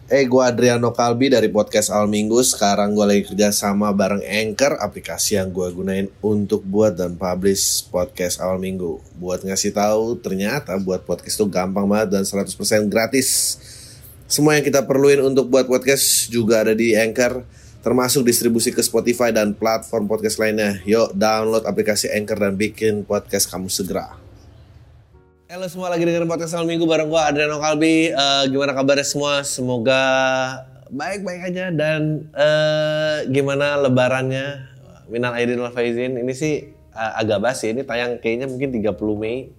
Gue Adriano Kalbi dari podcast Awal Minggu. Sekarang gue lagi kerja sama bareng Anchor, aplikasi yang gue gunain untuk buat dan publish podcast Awal Minggu. Buat ngasih tahu, ternyata buat podcast itu gampang banget dan 100% gratis. Semua yang kita perluin untuk buat podcast juga ada di Anchor, termasuk distribusi ke Spotify dan platform podcast lainnya. Yuk download aplikasi Anchor dan bikin podcast kamu segera. Halo semua, lagi dengerin podcast Awal Minggu bareng gue Adriano Kalbi. Gimana kabarnya semua? Semoga baik-baik aja. Dan gimana lebarannya? Minal aidin wal faizin. Ini sih agak basi. Ini tayang kayaknya mungkin 30 Mei.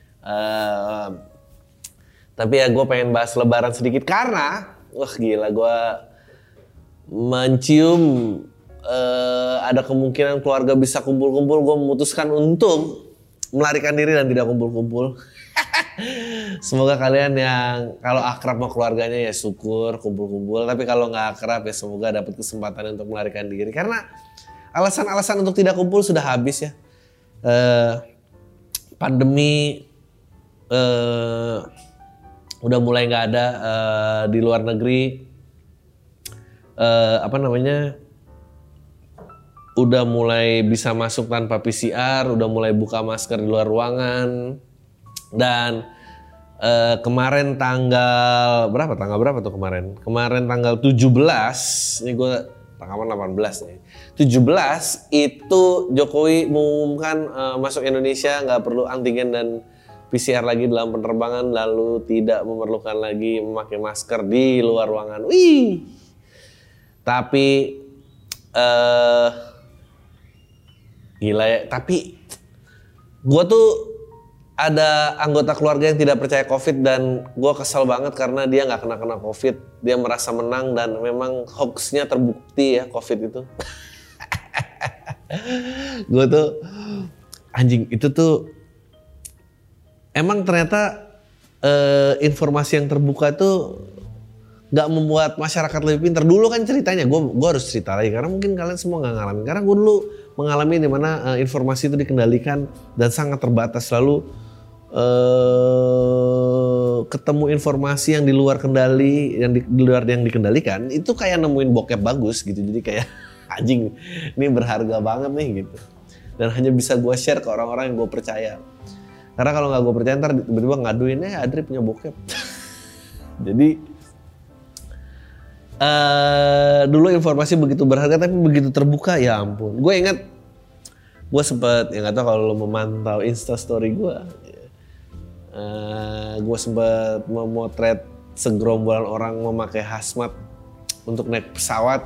Tapi ya gue pengen bahas lebaran sedikit. Karena wah gila, gue mencium ada kemungkinan keluarga bisa kumpul-kumpul. Gue memutuskan untuk melarikan diri dan tidak kumpul-kumpul. Semoga kalian yang kalau akrab sama keluarganya ya syukur kumpul-kumpul. Tapi kalau nggak akrab ya semoga dapat kesempatan untuk melarikan diri. Karena alasan-alasan untuk tidak kumpul sudah habis ya. Pandemi udah mulai nggak ada di luar negeri. Udah mulai bisa masuk tanpa PCR, udah mulai buka masker di luar ruangan. Dan kemarin tanggal berapa tuh kemarin? Kemarin tanggal 17, ini gue rekaman 18 nih. 17 itu Jokowi mengumumkan masuk Indonesia nggak perlu antigen dan PCR lagi dalam penerbangan, lalu tidak memerlukan lagi memakai masker di luar ruangan. Wih. Tapi gila ya, tapi gue tuh ada anggota keluarga yang tidak percaya COVID dan gue kesal banget karena dia nggak kena COVID, dia merasa menang dan memang hoaxnya terbukti ya COVID itu. Gue tuh anjing itu tuh emang ternyata informasi yang terbuka tuh nggak membuat masyarakat lebih pintar. Dulu kan ceritanya gue harus cerita lagi karena mungkin kalian semua nggak ngalamin. Karena gue dulu mengalami di mana informasi itu dikendalikan dan sangat terbatas, lalu ketemu informasi yang di luar kendali, yang di luar yang dikendalikan, itu kayak nemuin bokep bagus gitu. Jadi kayak anjing, ini berharga banget nih gitu. Dan hanya bisa gue share ke orang-orang yang gue percaya. Karena kalau nggak gue percaya ntar tiba-tiba ngaduin Adri punya bokep. Jadi dulu informasi begitu berharga tapi begitu terbuka, ya ampun. Gue ingat gue sempet, ya nggak tahu kalau lo memantau Instastory gue sempet memotret segerombolan orang memakai hazmat untuk naik pesawat.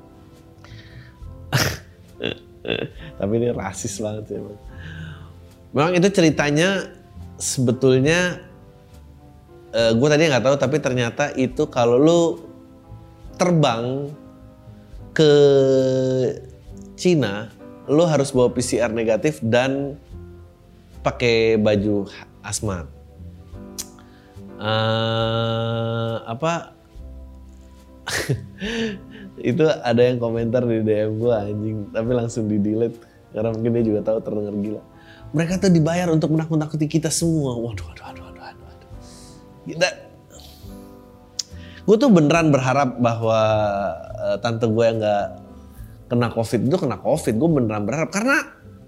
Tapi ini rasis banget ya. Memang itu ceritanya sebetulnya gue tadi nggak tahu, tapi ternyata itu kalau lo terbang ke Cina, lo harus bawa PCR negatif dan pakai baju hazmat. Itu ada yang komentar di DM gue anjing, tapi langsung di delete karena mungkin dia juga tahu terdengar gila. Mereka tuh dibayar untuk menakut-nakuti kita semua. Waduh. Gue tuh beneran berharap bahwa tante gue yang nggak kena COVID itu kena COVID. Gue beneran berharap karena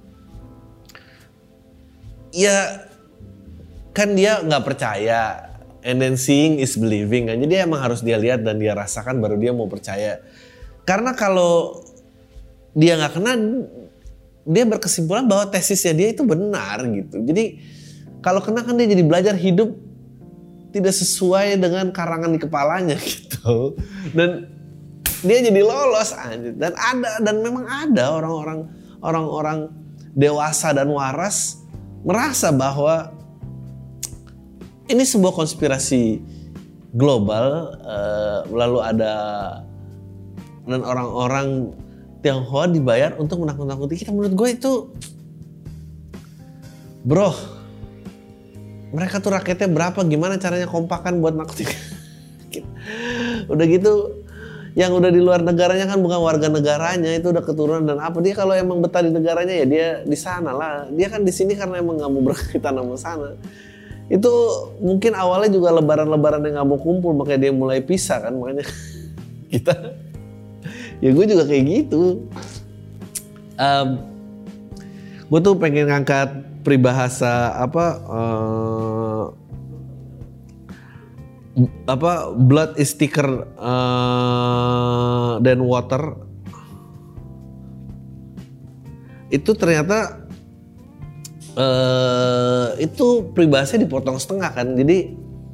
ya kan dia nggak percaya. And then seeing is believing kan. Jadi emang harus dia lihat dan dia rasakan baru dia mau percaya. Karena kalau dia nggak kena, dia berkesimpulan bahwa tesisnya dia itu benar gitu. Jadi kalau kena kan dia jadi belajar hidup tidak sesuai dengan karangan di kepalanya gitu. Dan dia jadi lolos anjir. Dan memang ada orang-orang dewasa dan waras merasa bahwa ini sebuah konspirasi global, lalu ada dan orang-orang Tionghoa dibayar untuk menakut-nakuti kita. Menurut gue itu, bro, mereka tuh rakyatnya berapa? Gimana caranya kompakan buat nakutin? Udah gitu, yang udah di luar negaranya kan bukan warga negaranya, itu udah keturunan dan apa. Dia kalau emang betah di negaranya ya dia di sana lah. Dia kan di sini karena emang nggak mau berkaitan sama sana. Itu mungkin awalnya juga lebaran-lebaran yang nggak mau kumpul, makanya dia mulai pisah kan, makanya kita, ya gue juga kayak gitu. Gue tuh pengen ngangkat peribahasa blood is thicker than water. Itu ternyata itu peribahasanya dipotong setengah kan. Jadi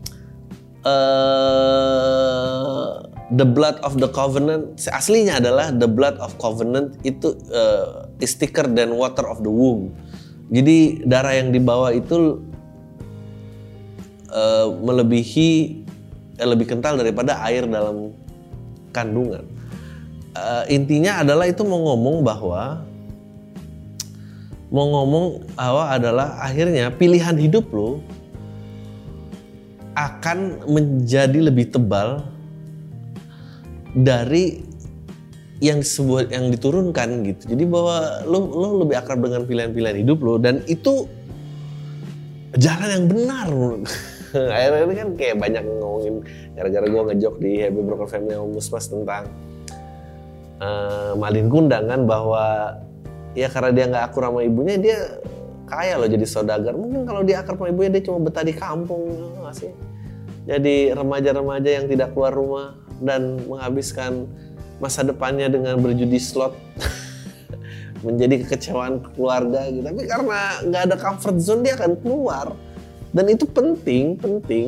the blood of the covenant, aslinya adalah the blood of covenant itu is thicker than water of the womb. Jadi darah yang dibawa itu melebihi lebih kental daripada air dalam kandungan. Intinya adalah itu mau ngomong bahwa adalah akhirnya pilihan hidup lo akan menjadi lebih tebal dari yang diturunkan gitu. Jadi bahwa lo lebih akrab dengan pilihan-pilihan hidup lo, dan itu jalan yang benar. Akhirnya ini kan kayak banyak ngomongin, gara-gara gue ngejok di Happy Broken Family sama Musmas tentang Malin Kundang kan, bahwa ya karena dia nggak akur sama ibunya, dia kaya loh jadi saudagar. Mungkin kalau dia akrab sama ibunya, dia cuma betah di kampung, nggak sih? Jadi remaja-remaja yang tidak keluar rumah dan menghabiskan masa depannya dengan berjudi slot, menjadi kekecewaan keluarga gitu. Tapi karena nggak ada comfort zone, dia akan keluar, dan itu penting.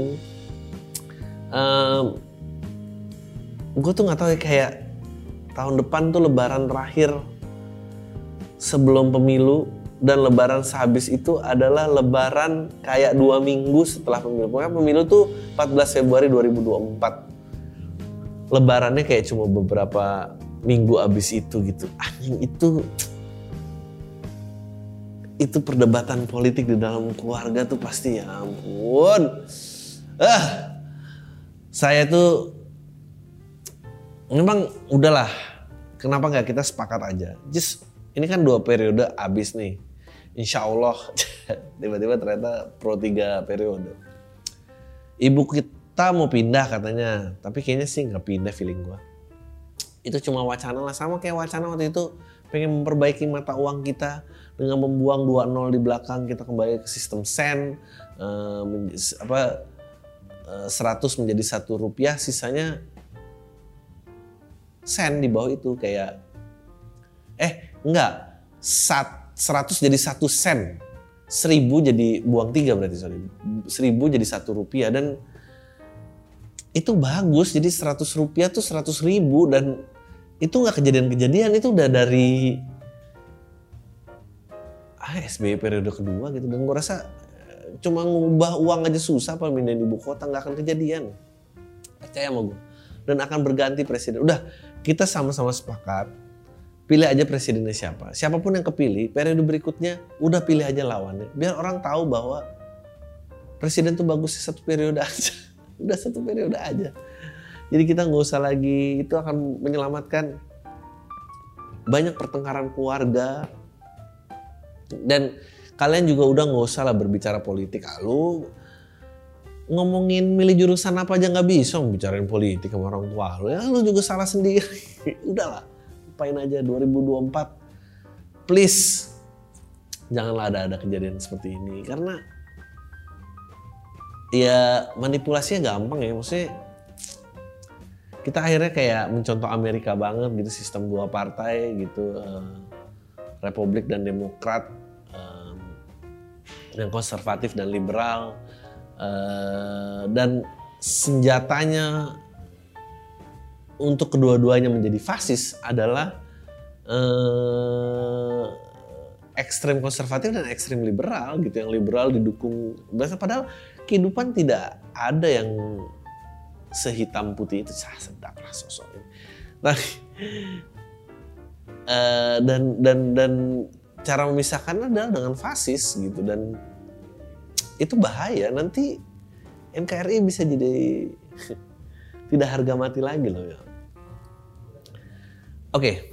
Gue tuh nggak tahu ya, kayak tahun depan tuh lebaran terakhir sebelum pemilu, dan lebaran sehabis itu adalah lebaran kayak 2 minggu setelah pemilu. Pokoknya pemilu tuh 14 Februari 2024. Lebarannya kayak cuma beberapa minggu abis itu gitu. Anjing, itu perdebatan politik di dalam keluarga tuh pasti, ya ampun. Saya tuh memang udahlah, kenapa nggak kita sepakat aja. Ini kan 2 periode abis nih. Insya Allah tiba-tiba ternyata pro 3 periode. Ibu kita mau pindah katanya, tapi kayaknya sih nggak pindah, feeling gue. Itu cuma wacana lah, sama kayak wacana waktu itu pengen memperbaiki mata uang kita dengan membuang 2 nol di belakang, kita kembali ke sistem sen, 100 menjadi 1 rupiah, sisanya sen di bawah itu, kayak 100 jadi 1 sen, 1000 jadi buang 3 berarti, 1000 jadi 1 rupiah, dan itu bagus. Jadi 100 rupiah tuh 100 ribu, dan itu gak kejadian-kejadian, itu udah dari SBY periode kedua gitu. Dan gue rasa cuma ngubah uang aja susah, apa pindahin ibu kota, gak akan kejadian, percaya sama gue. Dan akan berganti presiden. Udah, kita sama-sama sepakat, pilih aja presidennya siapa. Siapapun yang kepilih, periode berikutnya udah pilih aja lawannya. Biar orang tahu bahwa presiden tuh bagus 1 periode aja. Udah 1 periode aja. Jadi kita nggak usah lagi, itu akan menyelamatkan banyak pertengkaran keluarga. Dan kalian juga udah nggak usah lah berbicara politik. Lu ngomongin milih jurusan apa aja nggak bisa bicarain politik sama orang tua lu. Ya lu juga salah sendiri. Udahlah. Apain aja 2024, please janganlah ada kejadian seperti ini, karena ya manipulasinya gampang ya. Maksudnya kita akhirnya kayak mencontoh Amerika banget gitu, sistem 2 partai gitu, Republik dan Demokrat, yang konservatif dan liberal, dan senjatanya untuk kedua-duanya menjadi fasis adalah ekstrem konservatif dan ekstrem liberal gitu. Yang liberal didukung, padahal kehidupan tidak ada yang sehitam putih itu. Sedap lah sosoknya. Nah, dan cara memisahkan adalah dengan fasis gitu, dan itu bahaya. Nanti NKRI bisa jadi tidak harga mati lagi loh ya. Oke,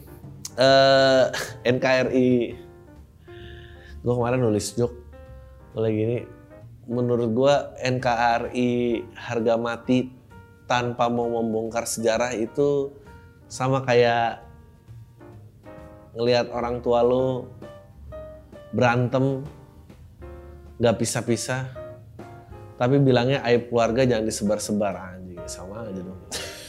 NKRI, gue kemarin nulis joke, gue lagi ini, menurut gua NKRI harga mati tanpa mau membongkar sejarah itu sama kayak ngelihat orang tua lo berantem nggak pisah-pisah tapi bilangnya aib keluarga jangan disebar-sebar, anjing sama aja dong.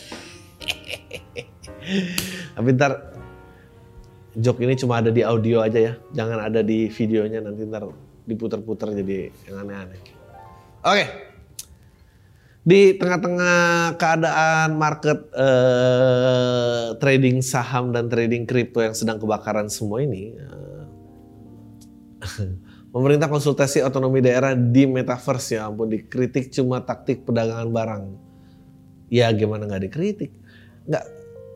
Tapi ntar joke ini cuma ada di audio aja ya, jangan ada di videonya, nanti ntar diputer-puter jadi yang aneh-aneh. Oke. Di tengah-tengah keadaan market trading saham dan trading kripto yang sedang kebakaran semua ini, pemerintah konsultasi otonomi daerah di metaverse, ya ampun, dikritik cuma taktik perdagangan barang. Ya gimana nggak dikritik? Nggak.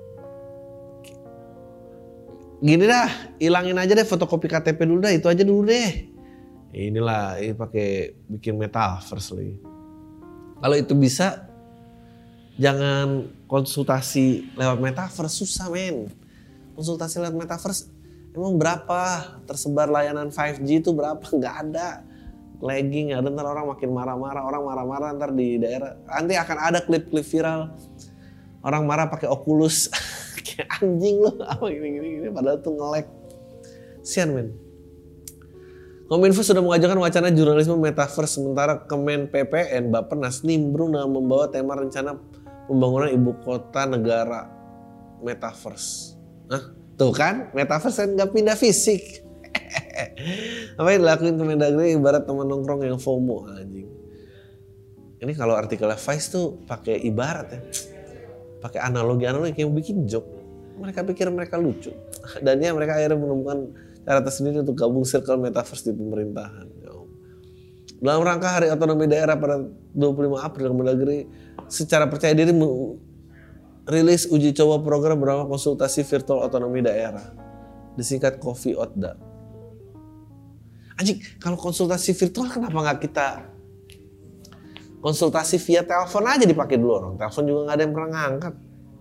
Gini dah, hilangin aja deh fotokopi KTP dulu dah, itu aja dulu deh. Inilah, ini pakai bikin metaverse lagi. Kalau itu bisa, jangan konsultasi lewat metaverse, susah men. Konsultasi lewat metaverse, emang berapa tersebar layanan 5G itu berapa? Nggak ada. Lagging, ada ntar orang makin marah-marah, orang marah-marah ntar di daerah. Nanti akan ada klip-klip viral, orang marah pakai Oculus. Kayak anjing loh, apa gini-gini, padahal tuh nge-lag. Sian men. Kominfo sudah mengajukan wacana jurnalisme metaverse, sementara Kemen PPN Bappenas nimbrung dengan membawa tema rencana pembangunan ibu kota negara metaverse. Hah? Tuh kan, metaverse kan nggak pindah fisik. Apa yang dilakuin Kemendagri ibarat teman nongkrong yang FOMO, anjing. Ini kalau artikelnya Vice tuh pakai ibarat ya, pakai analogi kayak bikin joke. Mereka pikir mereka lucu, dan ya mereka akhirnya menemukan cara tersendiri untuk gabung circle metaverse di pemerintahan. Dalam rangka Hari Otonomi Daerah pada 25 April, Kemendagri secara percaya diri rilis uji coba program bernama konsultasi virtual otonomi daerah, disingkat Kofi Otda. Anjing, kalau konsultasi virtual kenapa nggak kita konsultasi via telepon aja dipakai dulu, orang telepon juga nggak ada yang pernah ngangkat.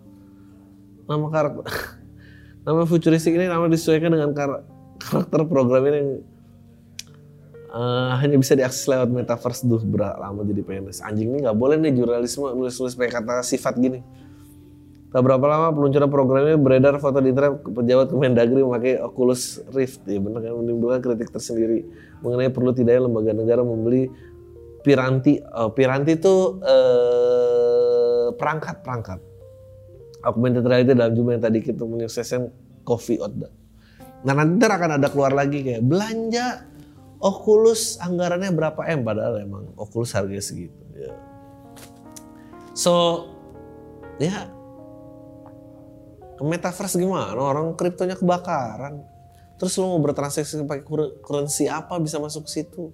Nama futuristik ini nama disesuaikan dengan karakter program ini yang hanya bisa diakses lewat metaverse. Duh, lama jadi PNS. Anjing, ini nggak boleh nih jurnalisme nulis-nulis pakai kata sifat gini. Tak berapa lama peluncuran program ini beredar foto di internet pejabat Kemendagri memakai Oculus Rift. Ya benar kan, menimbulkan kritik tersendiri mengenai perlu tidaknya lembaga negara membeli piranti. Piranti itu perangkat augmented reality dalam jumlah yang tadi kita menyukseskan Kofi Otda. Nah nanti akan ada keluar lagi kayak belanja Oculus anggarannya berapa M, padahal emang Oculus harganya segitu. Ya. So ya metaverse gimana? Orang kriptonya kebakaran. Terus lo mau bertransaksi pakai currency apa bisa masuk ke situ?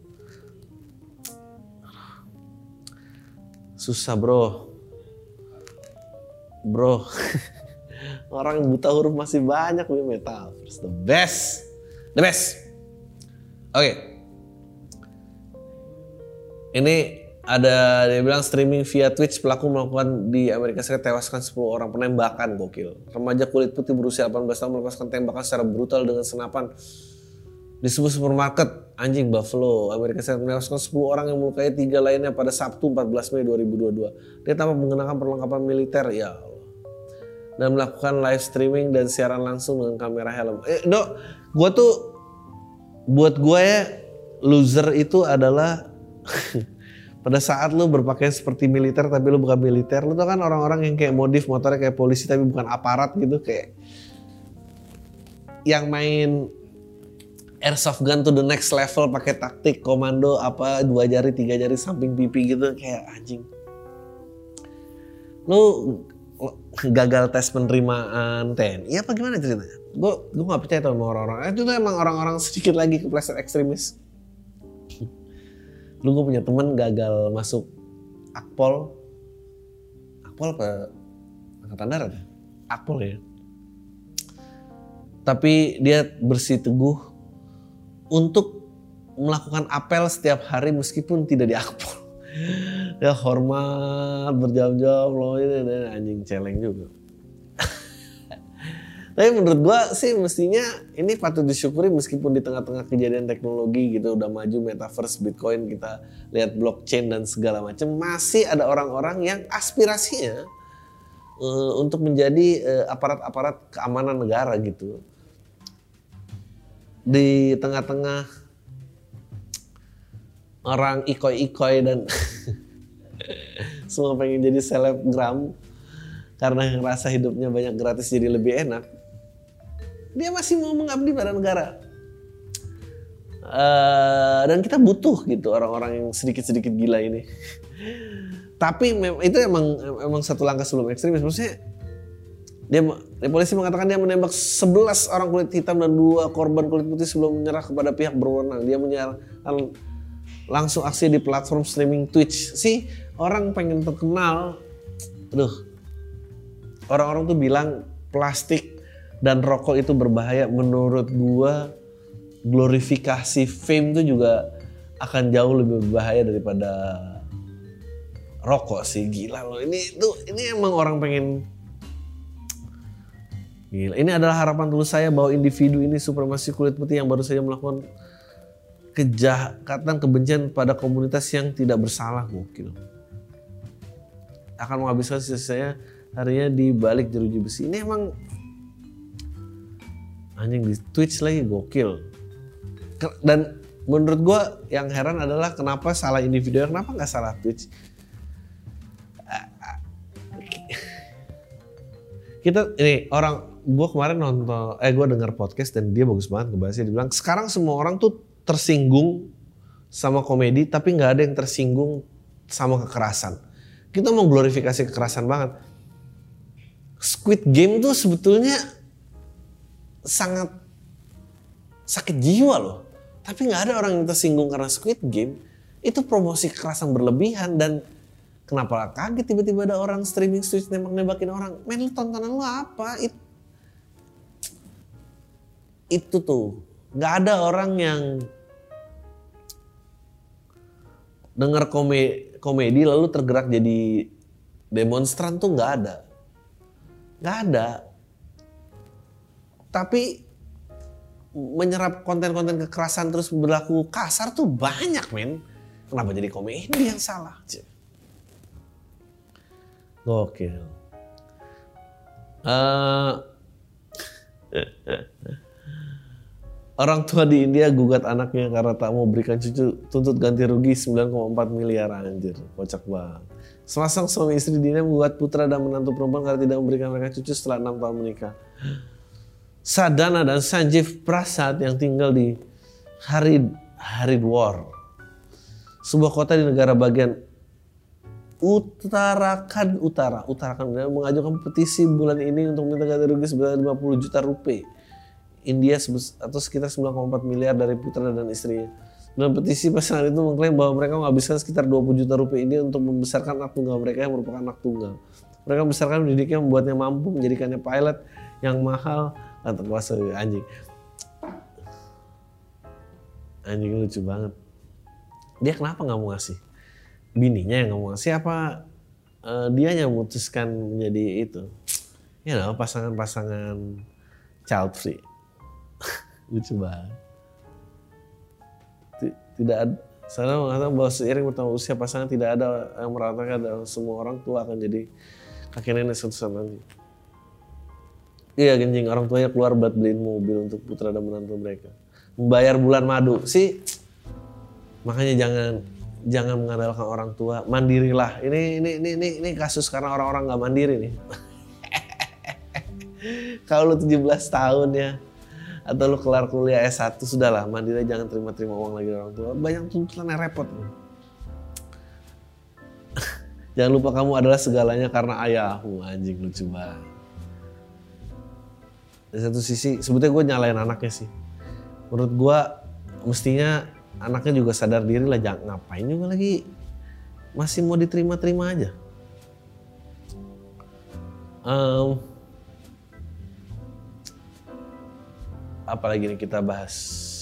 Susah bro. Orang yang buta huruf masih banyak di metaverse. The best. Oke. Ini ada dia bilang streaming via Twitch, pelaku melakukan di Amerika Serikat tewaskan 10 orang, penembakan gokil. Remaja kulit putih berusia 18 tahun melakukan tembakan secara brutal dengan senapan di sebuah supermarket, anjing, Buffalo, Amerika Serikat, menewaskan 10 orang yang melukai 3 lainnya pada Sabtu 14 Mei 2022. Dia tampak menggunakan perlengkapan militer, ya Allah, dan melakukan live streaming dan siaran langsung dengan kamera helm. Gue tuh, buat gue ya, loser itu adalah pada saat lu berpakaian seperti militer tapi lu bukan militer. Lu tau kan orang-orang yang kayak modif motornya kayak polisi tapi bukan aparat gitu, kayak yang main airsoft gun to the next level pakai taktik komando apa 2 jari 3 jari samping pipi gitu, kayak anjing. Lu gagal tes penerimaan TNI apa gimana ceritanya? Gue nggak percaya tuh sama orang-orang. Itu tuh emang orang-orang sedikit lagi kepleset ekstremis. Lu gue punya temen gagal masuk Akpol apa Angkatan Darat? Akpol ya. Tapi dia bersiteguh untuk melakukan apel setiap hari meskipun tidak di Akpol. Ya hormat berjam-jam loh, ini anjing celeng juga. Tapi menurut gua sih mestinya ini patut disyukuri meskipun di tengah-tengah kejadian teknologi gitu udah maju metaverse, Bitcoin, kita lihat blockchain dan segala macam, masih ada orang-orang yang aspirasinya untuk menjadi aparat-aparat keamanan negara gitu. Di tengah-tengah orang ikoi-ikoi dan semua pengen jadi selebgram karena ngerasa hidupnya banyak gratis jadi lebih enak, dia masih mau mengabdi pada negara. Dan kita butuh gitu orang-orang yang sedikit-sedikit gila ini. Tapi itu emang satu langkah sebelum ekstremis. Maksudnya polisi mengatakan dia menembak 11 orang kulit hitam dan 2 korban kulit putih sebelum menyerah kepada pihak berwenang. Dia menyerahkan langsung aksi di platform streaming Twitch. Sih orang pengen terkenal. Orang-orang tuh bilang plastik dan rokok itu berbahaya. Menurut gua glorifikasi fame itu juga akan jauh lebih berbahaya daripada rokok sih. Gila loh, ini emang orang pengen. Gila, ini adalah harapan tulus saya bahwa individu ini supremasi kulit putih yang baru saja melakukan kejahatan kebencian pada komunitas yang tidak bersalah, gokil. Akan menghabiskan sisa-sisanya harinya di balik jeruji besi. Ini emang anjing di Twitch lagi, gokil. Dan menurut gue yang heran adalah kenapa salah individu, kenapa nggak salah Twitch. Gue kemarin gue dengar podcast dan dia bagus banget ngebahasnya. Dia bilang sekarang semua orang tuh tersinggung sama komedi tapi nggak ada yang tersinggung sama kekerasan. Kita mau glorifikasi kekerasan banget. Squid Game tuh sebetulnya sangat sakit jiwa loh. Tapi nggak ada orang yang tersinggung karena Squid Game. Itu promosi kekerasan berlebihan dan kenapa kaget tiba-tiba ada orang streaming Twitch nembak-nembakin orang. Men, lu tontonan lu apa? Itu tuh nggak ada orang yang dengar komedi lalu tergerak jadi demonstran tuh nggak ada. Nggak ada. Tapi menyerap konten-konten kekerasan terus berlaku kasar tuh banyak, men. Kenapa jadi komedi yang salah? Gokil. Orang tua di India gugat anaknya karena tak mau berikan cucu, tuntut ganti rugi 9,4 miliar, anjir. Kocak banget. Sepasang suami istri di India menggugat putra dan menantu perempuan karena tidak memberikan mereka cucu setelah 6 tahun menikah. Sadhana dan Sanjeev Prasad yang tinggal di Haridwar, sebuah kota di negara bagian Uttarakhand mengajukan petisi bulan ini untuk minta ganti rugi sebesar 50 juta rupiah India atau sekitar 9,4 miliar dari putra dan istrinya. Dalam petisi pasangan itu mengklaim bahwa mereka menghabiskan sekitar 20 juta rupiah ini untuk membesarkan anak tunggal mereka yang merupakan anak tunggal. Mereka membesarkan pendidiknya, membuatnya mampu, menjadikannya pilot yang mahal atau kuasa. Anjing lucu banget. Dia kenapa nggak mau ngasih? Bininya yang nggak mau ngasih apa? Dianya memutuskan menjadi itu. Ya pasangan-pasangan child free. Lucu banget. Tidak ada, saya mengatakan bahwa seiring bertambah usia pasangan tidak ada yang meratakan semua orang tua akan jadi kakek nenek suatu saat nanti. Iya genjing, orang tuanya keluar buat beliin mobil untuk putra dan menantu mereka. Membayar bulan madu sih. Makanya jangan mengandalkan orang tua, mandirilah. Ini kasus karena orang-orang nggak mandiri nih. Kalau lu 17 tahun ya, atau lu kelar kuliah S1 sudahlah, mandiri, jangan terima uang lagi dari orang tua. Banyak tuntutan yang repot. Jangan lupa kamu adalah segalanya karena ayahmu, anjing lucu banget. Dari satu sisi sebetulnya gue nyalain anaknya sih. Menurut gue mestinya anaknya juga sadar diri lah, jangan ngapain juga lagi masih mau diterima-terima aja. Apalagi nih kita bahas.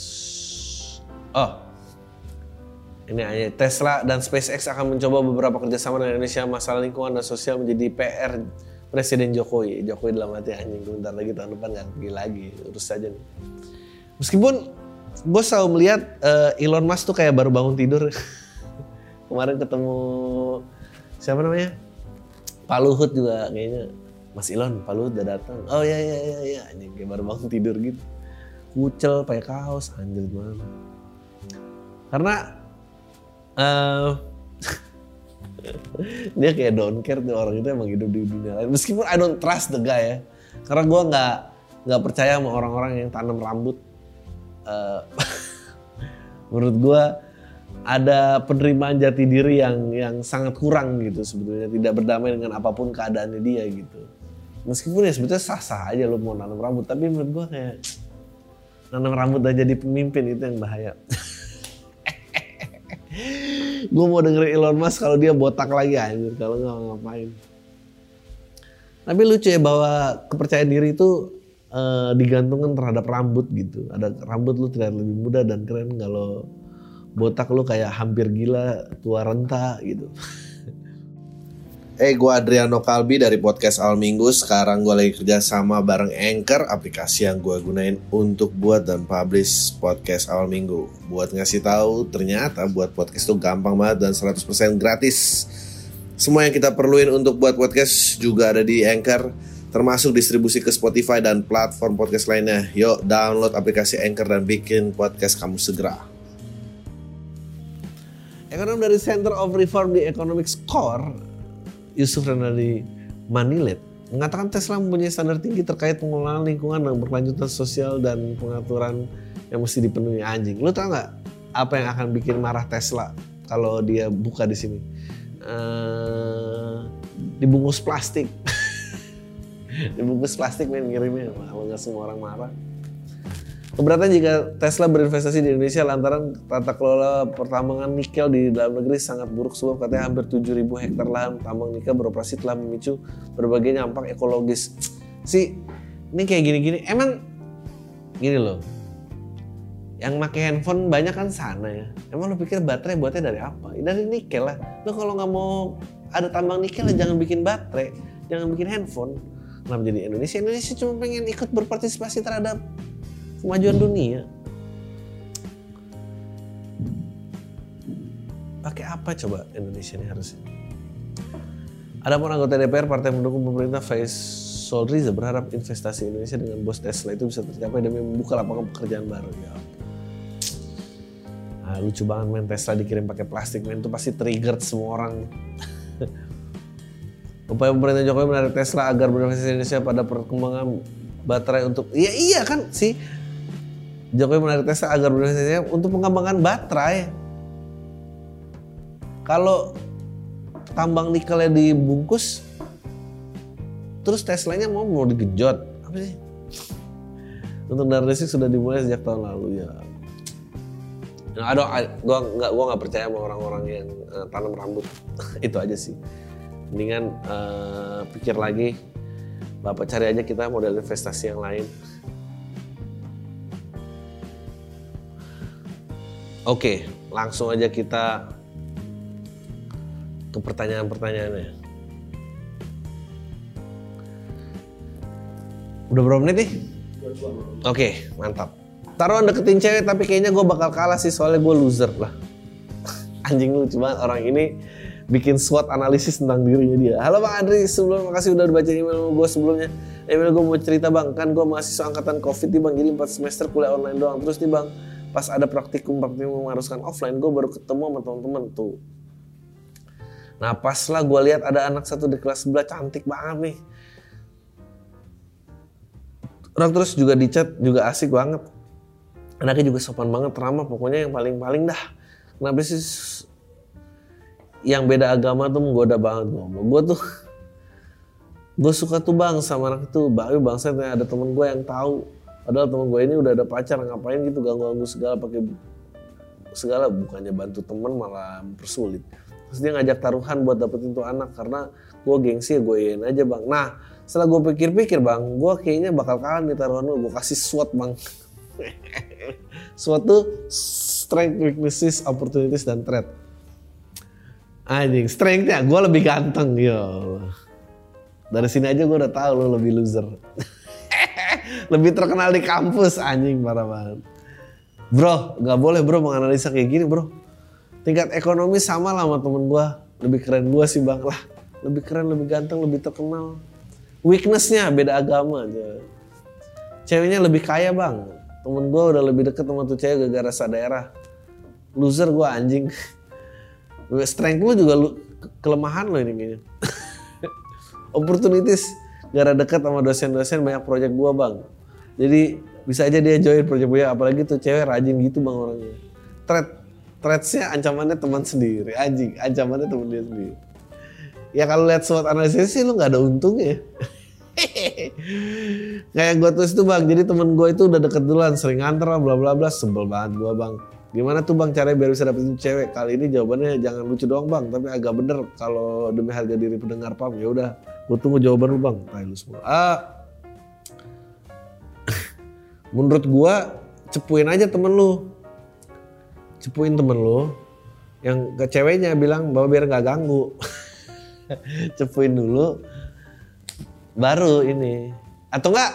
Ini Tesla dan SpaceX akan mencoba beberapa kerjasama dengan Indonesia. Masalah lingkungan dan sosial menjadi PR Presiden Jokowi dalam hati anjing bentar lagi tahun depan gak pergi lagi, urus saja nih. Meskipun gue selalu melihat Elon Musk tuh kayak baru bangun tidur. Kemarin ketemu siapa namanya? Pak Luhut juga kayaknya. Mas Elon, Pak Luhut udah datang. Oh iya anjing kayak baru bangun tidur gitu. Kucel pakai kaos anjir banget. Karena dia kayak don't care tuh orang itu emang hidup di dunia lain. Meskipun I don't trust the guy ya. Karena gue nggak percaya sama orang-orang yang tanam rambut. Menurut gue ada penerimaan jati diri yang sangat kurang gitu sebetulnya, tidak berdamai dengan apapun keadaannya dia gitu. Meskipun ya sebetulnya sah-sah aja lo mau nanam rambut, tapi menurut gue kayak nanam rambut dan jadi pemimpin itu yang bahaya. Gue mau dengerin Elon Musk kalau dia botak lagi anjir, kalau nggak ngapain. Tapi lucu ya bahwa kepercayaan diri itu digantungkan terhadap rambut gitu. Ada rambut lu terlihat lebih muda dan keren, kalau botak lu kayak hampir gila, tua renta gitu. Gue Adriano Kalbi dari podcast Awal Minggu. Sekarang gue lagi kerja sama bareng Anchor, aplikasi yang gue gunain untuk buat dan publish podcast Awal Minggu. Buat ngasih tahu ternyata buat podcast tuh gampang banget dan 100% gratis. Semua yang kita perluin untuk buat podcast juga ada di Anchor, termasuk distribusi ke Spotify dan platform podcast lainnya. Yuk download aplikasi Anchor dan bikin podcast kamu segera. Ekonom dari Center of Reform di Economics Core, Yusuf Renaldi Manilet, mengatakan Tesla mempunyai standar tinggi terkait pengelolaan lingkungan dan berkelanjutan sosial dan pengaturan yang mesti dipenuhi anjing. Lu tau nggak apa yang akan bikin marah Tesla kalau dia buka di sini? Dibungkus plastik. Dibungkus plastik men ngirimnya, kalau nggak semua orang marah. Keberatan jika Tesla berinvestasi di Indonesia lantaran tata kelola pertambangan nikel di dalam negeri sangat buruk, sebab katanya hampir 7.000 hektar lahan tambang nikel beroperasi telah memicu berbagai dampak ekologis. Ini kayak gini-gini, emang gini loh, yang pakai handphone banyak kan sana ya. Emang lo pikir baterai buatnya dari apa? Dari nikel lah. Lo kalau nggak mau ada tambang nikel jangan bikin baterai, jangan bikin handphone. Kenapa jadi Indonesia? Indonesia cuma pengen ikut berpartisipasi terhadap kemajuan dunia. Pakai apa coba Indonesia ini harusnya? Adapun anggota DPR partai mendukung pemerintah Faisal Riza berharap investasi Indonesia dengan bos Tesla itu bisa tercapai demi membuka lapangan pekerjaan baru. Ya. Lucu banget main Tesla dikirim pakai plastik, main itu pasti trigger semua orang. Upaya pemerintah Jokowi menarik Tesla agar berinvestasi di Indonesia pada perkembangan baterai untuk iya kan sih. Jokowi menarik Tesla agar berinvestasi untuk mengembangkan baterai. Kalau tambang nikelnya dibungkus, terus Teslanya mau digejot, apa sih? Untuk kendaraan listrik sudah dimulai sejak tahun lalu ya. Gua nggak percaya sama orang-orang yang tanam rambut. Itu aja sih. Mendingan pikir lagi, Bapak cari aja kita model investasi yang lain. Oke, langsung aja kita ke pertanyaan-pertanyaannya. Udah berapa menit nih? Oke, mantap. Taruhan deketin cewek tapi kayaknya gue bakal kalah sih soalnya gue loser lah. Anjing lucu banget orang ini bikin SWOT analisis tentang dirinya dia. Halo Bang Adri, makasih udah dibaca email gue sebelumnya. Email gue mau cerita Bang, kan gue mahasiswa angkatan COVID nih Bang, jadi 4 semester kuliah online doang. Terus nih Bang, pas ada praktikum mengharuskan offline, gue baru ketemu sama teman-teman tuh. Nah pas lah gue lihat ada anak satu di kelas sebelah cantik banget nih. Orang terus juga di chat juga asik banget. Anaknya juga sopan banget, ramah, pokoknya yang paling-paling dah. Kenapa sih yang beda agama tuh menggoda banget ngomong. Gue suka tuh Bang sama anak itu. Bangsa ada temen gue yang tahu. Padahal temen gue ini udah ada pacar, ngapain gitu ganggu-ganggu segala, pakai segala, bukannya bantu temen malah mempersulit. Terus dia ngajak taruhan buat dapetin tuh anak, karena gue gengsi ya gue iyain aja Bang. Nah setelah gue pikir-pikir Bang, gue kayaknya bakal kalah nih taruhan gue kasih SWOT Bang. SWOT tuh strength, weaknesses, opportunities, dan threat. Anjing, strength-nya gue lebih ganteng ya Allah. Dari sini aja gue udah tahu lo lebih loser. Lebih terkenal di kampus anjing, parah banget. Bro, gak boleh bro menganalisa kayak gini bro. Tingkat ekonomi sama lah sama temen gue. Lebih keren gue sih bang lah. Lebih keren, lebih ganteng, lebih terkenal. Weakness-nya beda agama aja. Ceweknya lebih kaya bang. Temen gue udah lebih deket sama tuh cewek gara-gara daerah. Loser gue anjing. Strength lu juga kelemahan lo ini kayaknya. Opportunities. Gara deket sama dosen-dosen banyak proyek gue bang. Jadi bisa aja dia join proyek gue. Apalagi tuh cewek rajin gitu bang orangnya. Threats-nya ancamannya teman sendiri. Anjing, ancamannya teman dia sendiri. Ya kalau lihat SWOT analisis sih lu gak ada untungnya. Kayak gue tulis tuh bang, jadi temen gue itu udah deket duluan, sering nganter lah bla bla bla, sebel banget gue bang. Gimana tuh bang caranya biar bisa dapetin cewek? Kali ini jawabannya jangan lucu doang bang, tapi agak bener kalau demi harga diri pendengar pam. Ya udah, gue tunggu jawaban lu bang. Tai lu semua. Menurut gue cepuin aja temen lu, cepuin temen lu yang ke ceweknya bilang bahwa biar nggak ganggu. Cepuin dulu, baru ini. Atau enggak,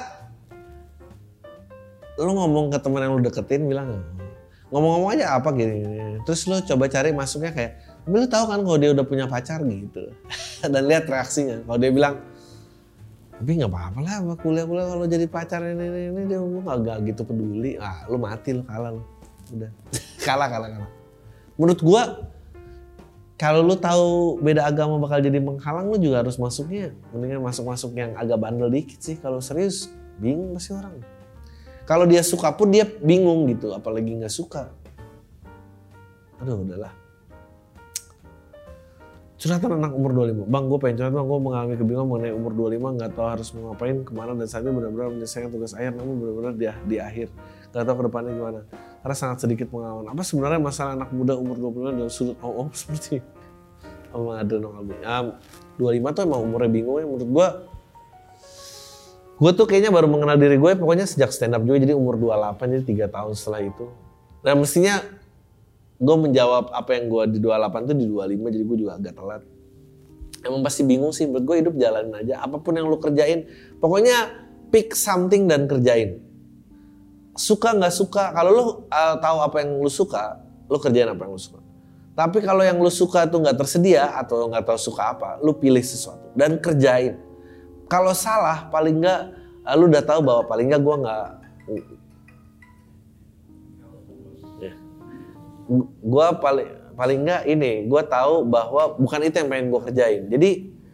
lu ngomong ke temen yang lu deketin bilang, ngomong-ngomong aja apa gini. Terus lu coba cari masuknya kayak, tapi lu tahu kan kalau dia udah punya pacar gitu. Dan lihat reaksinya. Kalau dia bilang, tapi nggak apa-apa lah sama kuliah-kuliah kalau jadi pacar ini dia nggak gitu peduli. Ah, lu mati lu, kalah lu. Udah. kalah. Menurut gua, kalau lu tahu beda agama bakal jadi menghalang, lu juga harus masuknya. Mendingan masuk yang agak bandel dikit sih. Kalau serius, bingung pasti orang. Kalau dia suka pun dia bingung gitu, apalagi nggak suka. Aduh udahlah. Curhatan anak umur 25. Bang, gue pengen curhat bang, gue mengalami kebingungan mengenai umur 25, gak tahu harus mau ngapain, kemana, dan saat ini benar-benar menyelesaikan tugas akhir, namun benar-benar di akhir. Gak tahu ke depannya gimana. Karena sangat sedikit pengalaman. Apa sebenarnya masalah anak muda umur 25 dalam sudut seperti Om Adrian Albi. 25 tuh emang umurnya bingung ya menurut gue. Gue tuh kayaknya baru mengenal diri gue pokoknya sejak stand up juga, jadi umur 28, jadi 3 tahun setelah itu. Dan mestinya gue menjawab apa yang gue di 28 tuh di 25, jadi gue juga agak telat. Emang pasti bingung sih, menurut gue hidup jalanin aja. Apapun yang lu kerjain, pokoknya pick something dan kerjain. Suka gak suka, kalau lu tahu apa yang lu suka, lu kerjain apa yang lu suka. Tapi kalau yang lu suka tuh gak tersedia atau gak tahu suka apa, lu pilih sesuatu dan kerjain. Kalau salah, paling gak lu udah tahu bahwa paling gak gue gak... Gue paling nggak ini, gue tahu bahwa bukan itu yang pengen gue kerjain. Jadi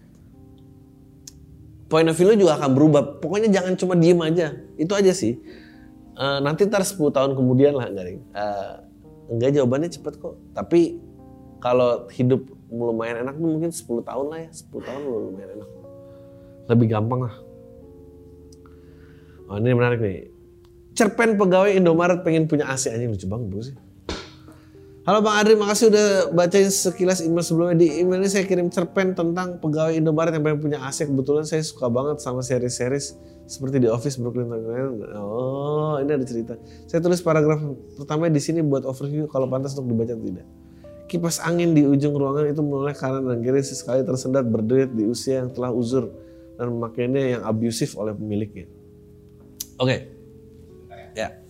point of view lu juga akan berubah. Pokoknya jangan cuma diem aja, itu aja sih. Nanti ntar 10 tahun kemudian lah, enggak jawabannya cepet kok. Tapi kalau hidup lumayan enak mungkin 10 tahun lah ya, 10 tahun lumayan enak. Lebih gampang lah. Oh ini menarik nih. Cerpen pegawai Indomaret pengen punya AC, aja lucu banget bro sih. Halo Bang Adri, makasih udah bacain sekilas email sebelumnya. Di email ini saya kirim cerpen tentang pegawai Indomaret yang pengen punya AC. Kebetulan saya suka banget sama series-series seperti The Office, Brooklyn Nine-Nine. Oh, ini ada cerita. Saya tulis paragraf pertama di sini buat overview kalau pantas untuk dibaca atau tidak. Kipas angin di ujung ruangan itu menoleh kanan dan kiri sesekali tersendat berderit di usia yang telah uzur dan memakainya yang abusif oleh pemiliknya. Oke. Ya.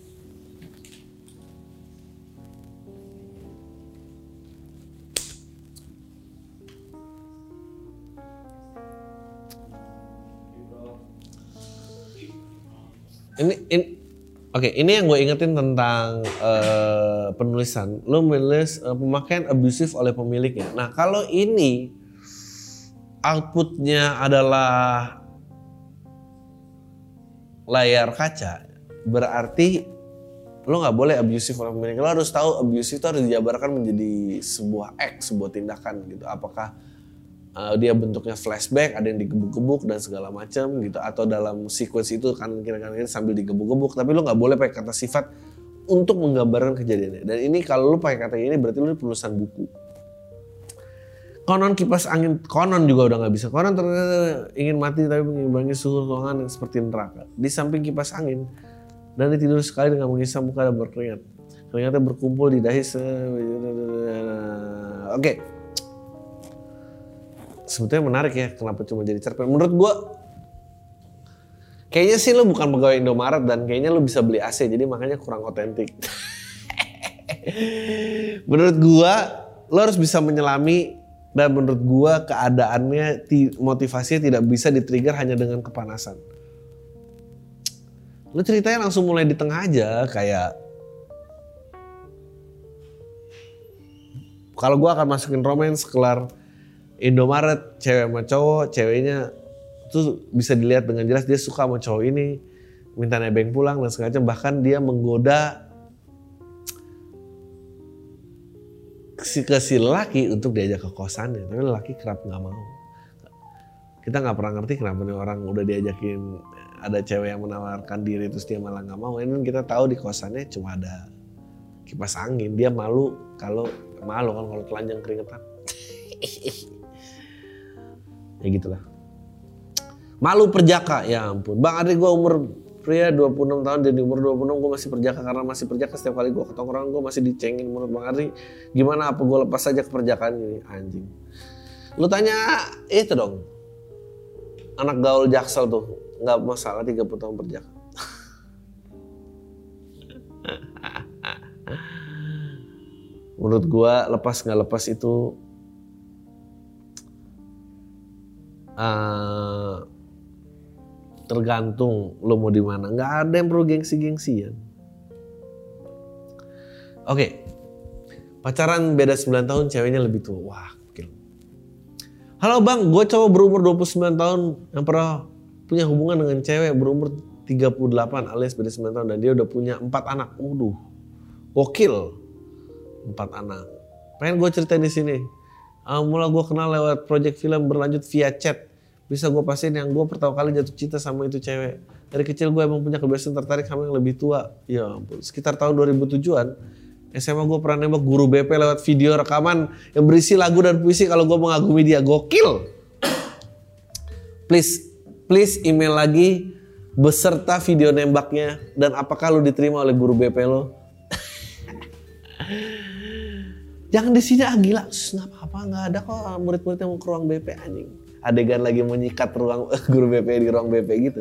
Ini yang gue ingetin tentang penulisan. Lo menulis pemakaian abusif oleh pemiliknya. Nah kalau ini outputnya adalah layar kaca, berarti lo nggak boleh abusif oleh pemiliknya. Lo harus tahu abusif itu harus dijabarkan menjadi sebuah act, sebuah tindakan gitu. Apakah dia bentuknya flashback, ada yang digebuk-gebuk dan segala macam gitu, atau dalam sequence itu kan kira-kira sambil digebuk-gebuk, tapi lu nggak boleh pakai kata sifat untuk menggambarkan kejadiannya. Dan ini kalau lu pakai kata ini berarti lu penulisan buku. Konon kipas angin, konon juga udah nggak bisa. Konon ternyata ingin mati tapi mengimbangi suhu ruangan yang seperti neraka. Di samping kipas angin, dan dia tidur sekali dengan mengisap muka dan berkeringat. Keringatnya berkumpul di dahi. Oke. sebetulnya menarik ya, kenapa cuma jadi cerpen. Menurut gue, kayaknya sih lo bukan pegawai Indomaret dan kayaknya lo bisa beli AC, jadi makanya kurang otentik. Menurut gue, lo harus bisa menyelami, dan menurut gue keadaannya, motivasinya tidak bisa di-trigger hanya dengan kepanasan. Lo ceritanya langsung mulai di tengah aja, kayak kalau gue akan masukin romance kelar Indomaret, cewek sama cowok, ceweknya tuh bisa dilihat dengan jelas dia suka sama cowok ini, minta nebeng pulang dan segala macam, bahkan dia menggoda si lelaki untuk diajak ke kosannya, tapi lelaki kerap nggak mau. Kita nggak pernah ngerti kenapa nih orang udah diajakin, ada cewek yang menawarkan diri terus dia malah nggak mau. Ini kita tahu di kosannya cuma ada kipas angin, dia malu kan kalau telanjang keringetan. Ya gitulah. Malu perjaka, ya ampun. Bang Adri, gue umur pria 26 tahun dan di umur 26 gue masih perjaka, karena masih perjaka setiap kali gue ketongkrongan gue masih dicengin. Menurut Bang Adri gimana, apa gue lepas aja keperjakaan ini? Anjing. Lu tanya itu dong, anak gaul Jaksel tuh, gak masalah 30 tahun perjaka. Menurut gue lepas gak lepas itu tergantung lo mau di mana. Nggak ada yang perlu gengsi-gengsian. Oke. Pacaran beda 9 tahun, ceweknya lebih tua. Wah, gokil. Halo bang, gue cowok berumur 29 tahun yang pernah punya hubungan dengan cewek berumur 38 alias beda 9 tahun dan dia udah punya 4 anak. Waduh, gokil. 4 anak. Pengen gue ceritain di sini. Mula gue kenal lewat project film berlanjut via chat. Bisa gue pastiin yang gue pertama kali jatuh cinta sama itu cewek. Dari kecil gue emang punya kebiasaan tertarik sama yang lebih tua. Ya ampun, sekitar tahun 2007-an SMA gue pernah nembak guru BP lewat video rekaman yang berisi lagu dan puisi kalau gue mengagumi dia. Gokil. Please email lagi beserta video nembaknya dan apakah lu diterima oleh guru BP lo. Jangan di sini gila, nggak apa-apa, nggak ada kok murid-murid yang mau ke ruang BP anjing. Adegan lagi menyikat ruang guru BP di ruang BP gitu.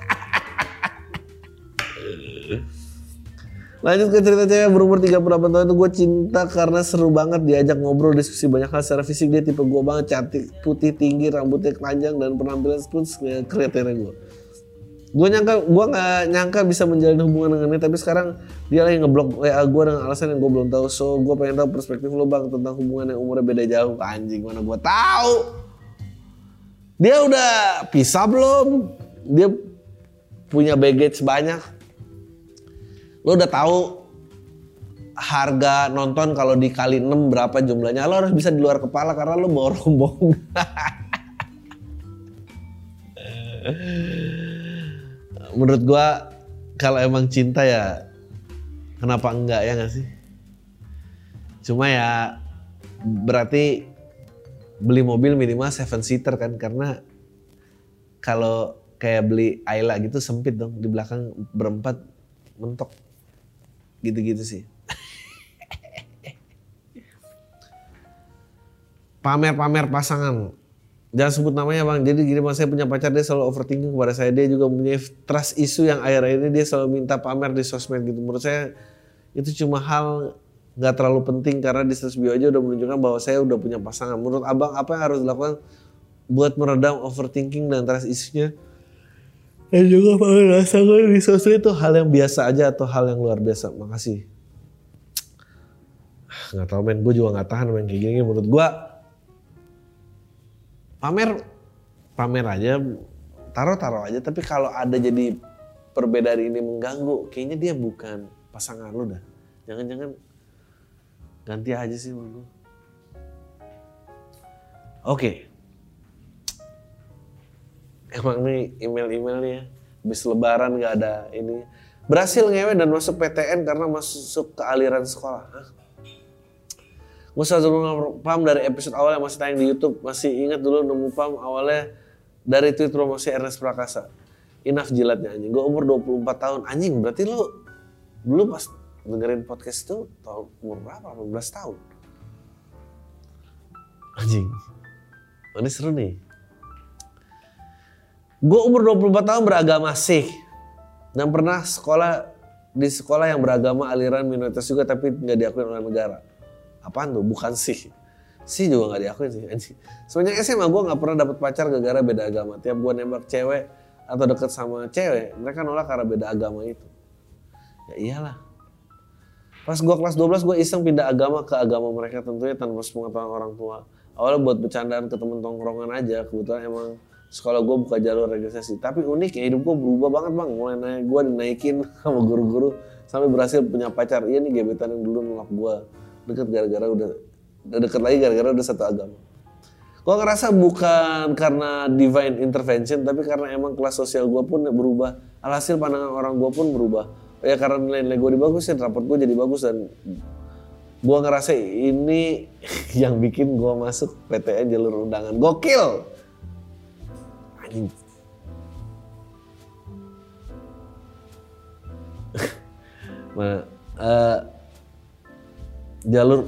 Lanjut ke cerita cewek berumur 38 tahun itu, gue cinta karena seru banget diajak ngobrol, diskusi banyak hal secara fisik. Dia tipe gue banget, cantik, putih, tinggi, rambutnya panjang dan penampilan pun kriteria gue. Gue nggak nyangka bisa menjalin hubungan dengan dia, tapi sekarang dia lagi ngeblok WA gue dengan alasan yang gue belum tahu. So gue pengen tahu perspektif lo bang tentang hubungan yang umurnya beda jauh. Anjing, mana gue tahu? Dia udah pisah belum? Dia punya baggage banyak. Lo udah tahu harga nonton kalau dikali 6 berapa jumlahnya? Lo harus bisa di luar kepala karena lo bawa rombongan. Menurut gua kalau emang cinta ya kenapa enggak, ya gak sih? Cuma ya berarti beli mobil minimal 7-seater kan, karena kalau kayak beli Ayla gitu sempit dong, di belakang berempat mentok gitu-gitu sih. Pamer-pamer pasangan. Jangan sebut namanya bang. Jadi gini bang, saya punya pacar, dia selalu overthinking kepada saya. Dia juga punya trust issue yang akhir-akhir ini dia selalu minta pamer di sosmed gitu. Menurut saya itu cuma hal gak terlalu penting karena di status bio aja udah menunjukkan bahwa saya udah punya pasangan. Menurut abang apa yang harus dilakukan buat meredam overthinking dan trust issue-nya? Dan juga pamer pasangan di sosmed itu hal yang biasa aja atau hal yang luar biasa? Makasih. Gak tau men, gue juga gak tahan men kayak gini. Menurut gue pamer aja, taruh aja. Tapi kalau ada jadi perbedaan ini mengganggu, kayaknya dia bukan pasangan lu dah. Jangan-jangan ganti aja sih menurut gue. Oke. Emang nih email-email nih ya, habis lebaran gak ada ini. Berhasil ngewe dan masuk PTN karena masuk ke aliran sekolah. Hah? Gue selalu paham dari episode awal yang masih tayang di YouTube. Masih ingat dulu nemu paham awalnya dari tweet promosi Ernest Prakasa. Enough jilatnya anjing. Gue umur 24 tahun. Anjing, berarti lu dulu pas dengerin podcast itu tahun umur berapa? 18 tahun. Anjing. Ini seru nih. Gue umur 24 tahun beragama Sikh. Dan pernah di sekolah yang beragama aliran minoritas juga tapi gak diakui oleh negara. Apaan tuh? Bukan Sikh. Sikh juga gak diakui sih. Semenjak SMA gue gak pernah dapet pacar gara-gara beda agama. Tiap gue nembak cewek atau deket sama cewek, mereka nolak karena beda agama itu. Ya iyalah. Pas gue kelas 12 gue iseng pindah agama ke agama mereka, tentunya tanpa sepengetahuan orang tua. Awalnya buat bercandaan ke temen tongkrongan aja, kebetulan emang sekolah gue buka jalur registrasi. Tapi unik ya, hidup gue berubah banget bang. Mulai gue dinaikin sama guru-guru sampai berhasil punya pacar. Iya nih gebetan yang dulu nolak gue deket gara-gara udah deket lagi gara-gara udah satu agama. Gue ngerasa bukan karena divine intervention, tapi karena emang kelas sosial gue pun berubah. Alhasil pandangan orang gue pun berubah. Ya karena nilai-nilai gue dibagusin, raport gue jadi bagus dan gue ngerasa ini yang bikin gue masuk PTN jalur undangan. Gokil! Anjing. Jalur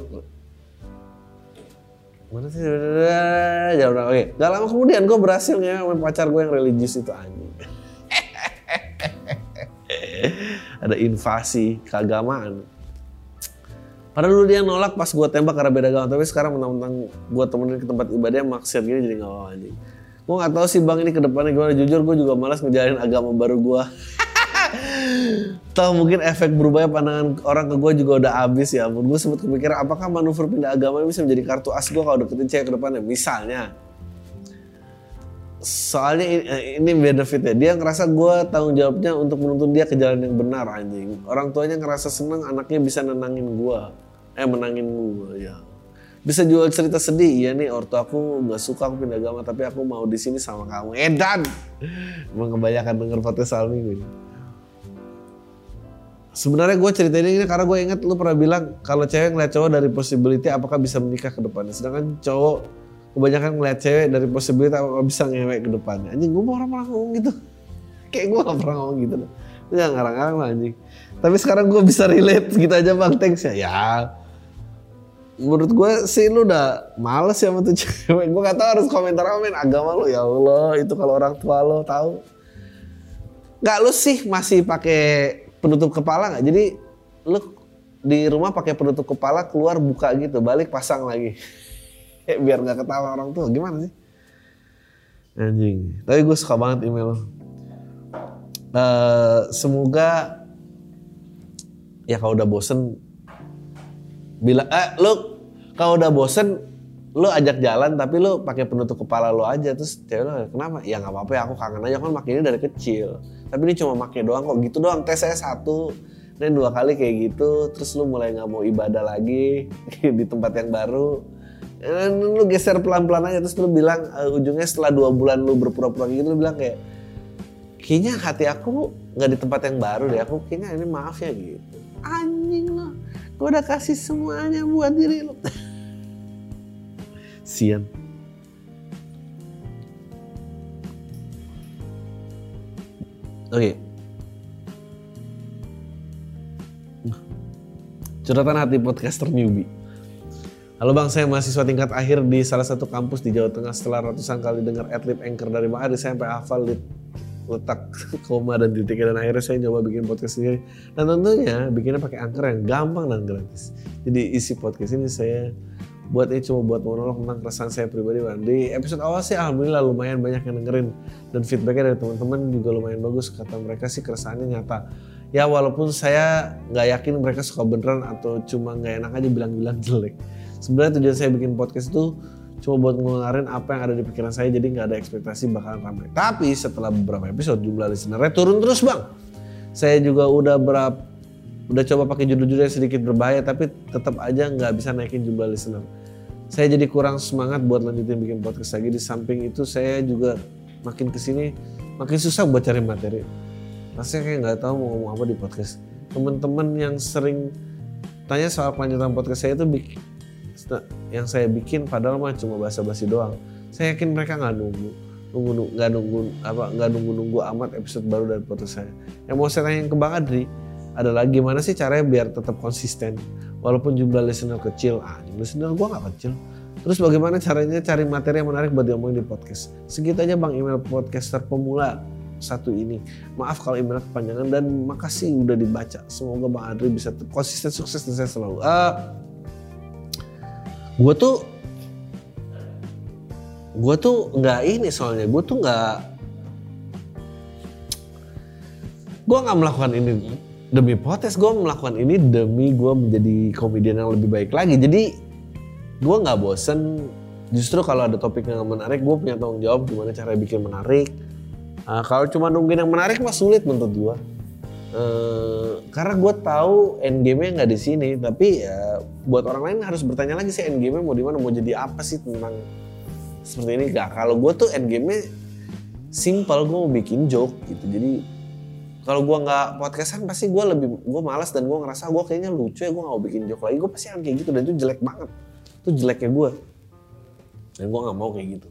mana sih? Jalur undangan. Oke. Gak lama kemudian gue berhasil sama pacar gue yang religius itu anjing. Ada invasi keagamaan. Padahal dulu dia nolak pas gue tembak karena beda agama, tapi sekarang mentang-mentang gue temenin ke tempat ibadah maksiat gini jadi gak mau anjing. Gue gak tahu sih bang ini kedepannya gimana, jujur gue juga malas ngejalanin agama baru gue. Tahu mungkin efek berubahnya pandangan orang ke gue juga udah habis ya ampun. Gue sempet kepikiran apakah manuver pindah agama ini bisa menjadi kartu as gue kalau deketin cewek ke depannya misalnya. Soalnya ini benefitnya, dia ngerasa gue tanggung jawabnya untuk menuntun dia ke jalan yang benar anjing. Orang tuanya ngerasa seneng anaknya bisa menangin gue ya. Bisa jual cerita sedih, iya nih ortu aku gak suka aku pindah agama tapi aku mau di sini sama kamu. Edan! Emang kebanyakan denger podcast soal minggu ini. Sebenarnya gue ceritain ini karena gue ingat lu pernah bilang kalau cewek ngeliat cowok dari possibility apakah bisa menikah ke depannya. Sedangkan cowok kebanyakan ngeliat cewek dari possibility apa bisa ngewek ke depannya. Anjing gue mau orang ngomong gitu. Kayak gue gak pernah ngomong gitu. Lu jangan ngarang-ngarang lah anjing. Tapi sekarang gue bisa relate gitu aja bang, thanks ya. Ya menurut gue sih lu udah males ya sama tuh cewek. Gue gak tahu harus komentar agama lu, ya Allah itu kalau orang tua lo tahu. Gak, lu sih masih pakai penutup kepala gak? Jadi lu di rumah pakai penutup kepala, keluar buka gitu, balik pasang lagi. Biar gak ketawa orang tua, gimana sih? Anjing, tapi gue suka banget email lo. Semoga ya kalau udah bosen bilang lu kalau udah bosen lu ajak jalan tapi lu pakai penutup kepala lu aja. Terus cewek lu kenapa? Ya nggak apa-apa ya aku kangen aja kan makainya dari kecil. Tapi ini cuma pakai doang kok gitu doang. Tes saya 1 dan 2 kali kayak gitu. Terus lu mulai nggak mau ibadah lagi di tempat yang baru. Lu geser pelan-pelan aja terus lu bilang ujungnya setelah 2 bulan lu berpura-pura gitu lu bilang kayak kayaknya hati aku nggak di tempat yang baru deh, aku kayaknya ini maaf ya gitu. Anjing lo, gue udah kasih semuanya buat diri lo. Sian. Oke. Curhatan hati podcaster newbie. Halo bang, saya mahasiswa tingkat akhir di salah satu kampus di Jawa Tengah. Setelah ratusan kali dengar adlib anchor dari Bang Adi, saya sampai hafal letak koma dan titiknya, dan akhirnya saya coba bikin podcast sendiri. Dan tentunya bikinnya pakai anchor yang gampang dan gratis. Jadi isi podcast ini saya buat ini cuma buat monolog tentang keresahan saya pribadi bang. Di episode awal sih alhamdulillah lumayan banyak yang dengerin dan feedbacknya dari teman-teman juga lumayan bagus. Kata mereka sih keresahannya nyata. Ya walaupun saya nggak yakin mereka suka beneran atau cuma nggak enak aja bilang-bilang jelek. Sebenarnya tujuan saya bikin podcast itu cuma buat ngeluarin apa yang ada di pikiran saya, jadi nggak ada ekspektasi bakalan ramai. Tapi setelah beberapa episode jumlah listenernya turun terus bang. Saya juga udah coba pakai judul-judul yang sedikit berbahaya, tapi tetap aja nggak bisa naikin jumlah listener. Saya jadi kurang semangat buat lanjutin bikin podcast lagi. Di samping itu saya juga makin kesini makin susah buat cari materi. Rasanya kayak nggak tahu mau ngomong apa di podcast. Teman-teman yang sering tanya soal kelanjutan podcast saya itu yang saya bikin padahal mah cuma basa-basi doang. Saya yakin mereka nggak nunggu amat episode baru dari podcast saya. Yang mau saya tanya ke Bang Adri adalah gimana sih caranya biar tetap konsisten walaupun jumlah listener kecil. Jumlah listener gua nggak kecil. Terus bagaimana caranya cari materi yang menarik buat diomongin di podcast? Segitu aja Bang email podcaster pemula satu ini. Maaf kalau emailnya kepanjangan dan makasih udah dibaca. Semoga Bang Adri bisa konsisten sukses dan saya selalu. Gue tuh nggak ini soalnya. Gue nggak melakukan ini demi podcast. Gue melakukan ini demi gue menjadi komedian yang lebih baik lagi. Jadi gue nggak bosen, justru kalau ada topik yang menarik gue punya tanggung jawab gimana cara bikin menarik. Kalau cuma nungguin yang menarik mah sulit menurut gue, karena gue tahu endgame-nya nggak di sini. Tapi ya buat orang lain harus bertanya lagi sih endgame-nya mau di mana, mau jadi apa sih tentang seperti ini. Gak, kalau gue tuh endgame-nya simple, gue mau bikin joke gitu. Jadi kalau gue nggak podcastan pasti gue malas dan gue ngerasa gue kayaknya lucu ya, gue nggak mau bikin joke lagi. Gue pasti akan kayak gitu dan itu jelek banget. Itu jeleknya gue. Dan gue gak mau kayak gitu.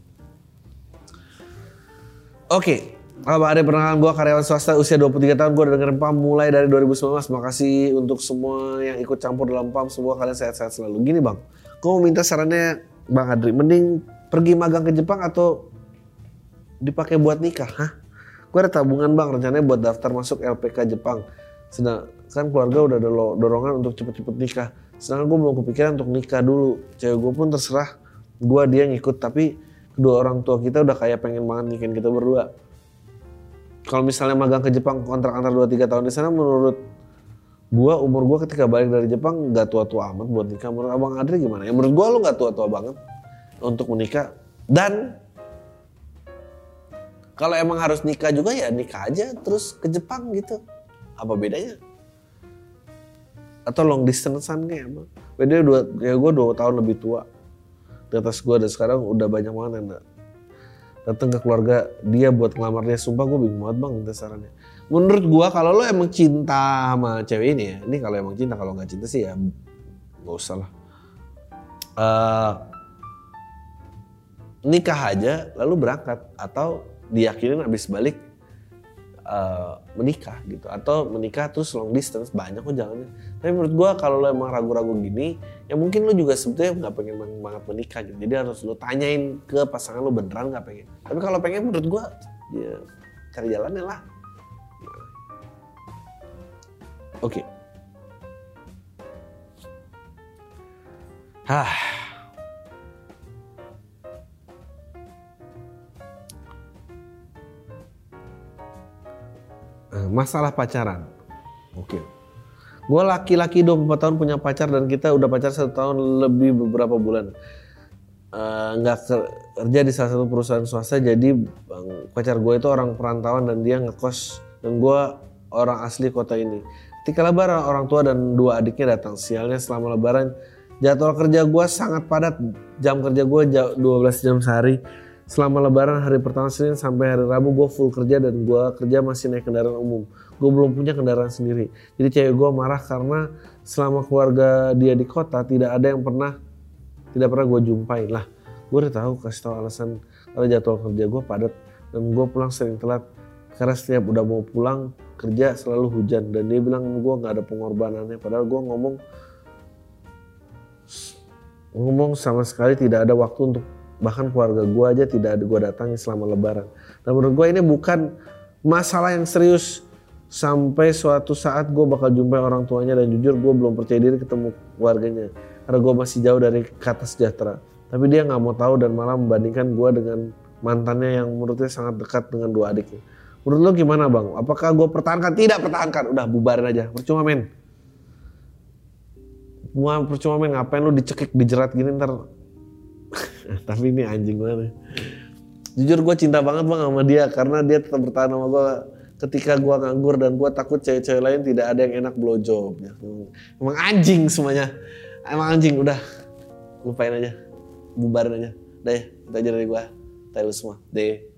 Oke. Ada perkenalan gue karyawan swasta usia 23 tahun. Gue udah dengerin PAM mulai dari 2019. Makasih untuk semua yang ikut campur dalam PAM. Semoga kalian sehat-sehat selalu. Gini Bang. Gue mau minta sarannya Bang Adri. Mending pergi magang ke Jepang atau dipakai buat nikah? Hah? Gue ada tabungan Bang. Rencananya buat daftar masuk LPK Jepang. Sedangkan keluarga udah ada dorongan untuk cepet-cepet nikah. Sedangkan gue belum kepikiran untuk nikah dulu. Cewek gue pun terserah gue dia ngikut. Tapi kedua orang tua kita udah kayak pengen banget nikahin kita berdua. Kalau misalnya magang ke Jepang kontrak antar 2-3 tahun di sana, menurut gue umur gue ketika balik dari Jepang gak tua-tua amat buat nikah. Menurut Abang Adri gimana? Ya menurut gue lo gak tua-tua banget untuk menikah. Dan kalau emang harus nikah juga ya nikah aja terus ke Jepang gitu. Apa bedanya? Atau long distance-an kayak apa? Bedanya gue 2 tahun lebih tua di atas gue dan sekarang udah banyak banget yang datang ke keluarga dia buat ngelamar dia. Sumpah gue bingung banget Bang minta sarannya. Menurut gue kalau lo emang cinta sama cewek ini ya, ini kalau emang cinta, kalau nggak cinta sih ya nggak usah lah. Nikah aja lalu berangkat atau diyakinin abis balik menikah gitu, atau menikah terus long distance, banyak kok jalannya. Tapi menurut gue kalau lo emang ragu-ragu gini ya mungkin lo juga sebetulnya nggak pengen banget menikah gitu. Jadi harus lo tanyain ke pasangan lo beneran nggak pengen. Tapi kalau pengen menurut gue ya cari jalannya lah. Oke. Masalah pacaran. Oke. Gue laki-laki 24 tahun punya pacar dan kita udah pacar 1 tahun lebih beberapa bulan. Nggak kerja di salah satu perusahaan swasta, jadi pacar gue itu orang perantauan dan dia ngekos dan gue orang asli kota ini. Ketika lebaran orang tua dan 2 adiknya datang. Sialnya selama lebaran jadwal kerja gue sangat padat. Jam kerja gue 12 jam sehari. Selama lebaran hari pertama Senin sampai hari Rabu gue full kerja dan gue kerja masih naik kendaraan umum. Gue belum punya kendaraan sendiri. Jadi cewek gue marah karena selama keluarga dia di kota tidak pernah gue jumpain. Lah gue udah tahu kasih tahu alasan karena jadwal kerja gue padat dan gue pulang sering telat. Karena setiap udah mau pulang kerja selalu hujan dan dia bilang gue nggak ada pengorbanannya. Padahal gue ngomong sama sekali tidak ada waktu untuk bahkan keluarga gue aja tidak ada gue datangi selama lebaran. Dan menurut gue ini bukan masalah yang serius. Sampai suatu saat gue bakal jumpai orang tuanya dan jujur gue belum percaya diri ketemu keluarganya. Karena gue masih jauh dari kata sejahtera. Tapi dia gak mau tahu dan malah membandingkan gue dengan mantannya yang menurutnya sangat dekat dengan 2 adiknya. Menurut lo gimana Bang? Apakah gue pertahankan? Tidak pertahankan. Udah bubarin aja. Percuma men. Percuma men. Ngapain lo dicekik dijerat gini ntar. Tapi ini anjing banget. Jujur gue cinta banget Bang sama dia karena dia tetap bertahan sama gue ketika gue nganggur dan gue takut cewek-cewek lain tidak ada yang enak blowjob. Emang anjing semuanya. Emang anjing, udah lupain aja, bubarin aja. Udah ya, itu aja dari gue. Tahu semua. Deh.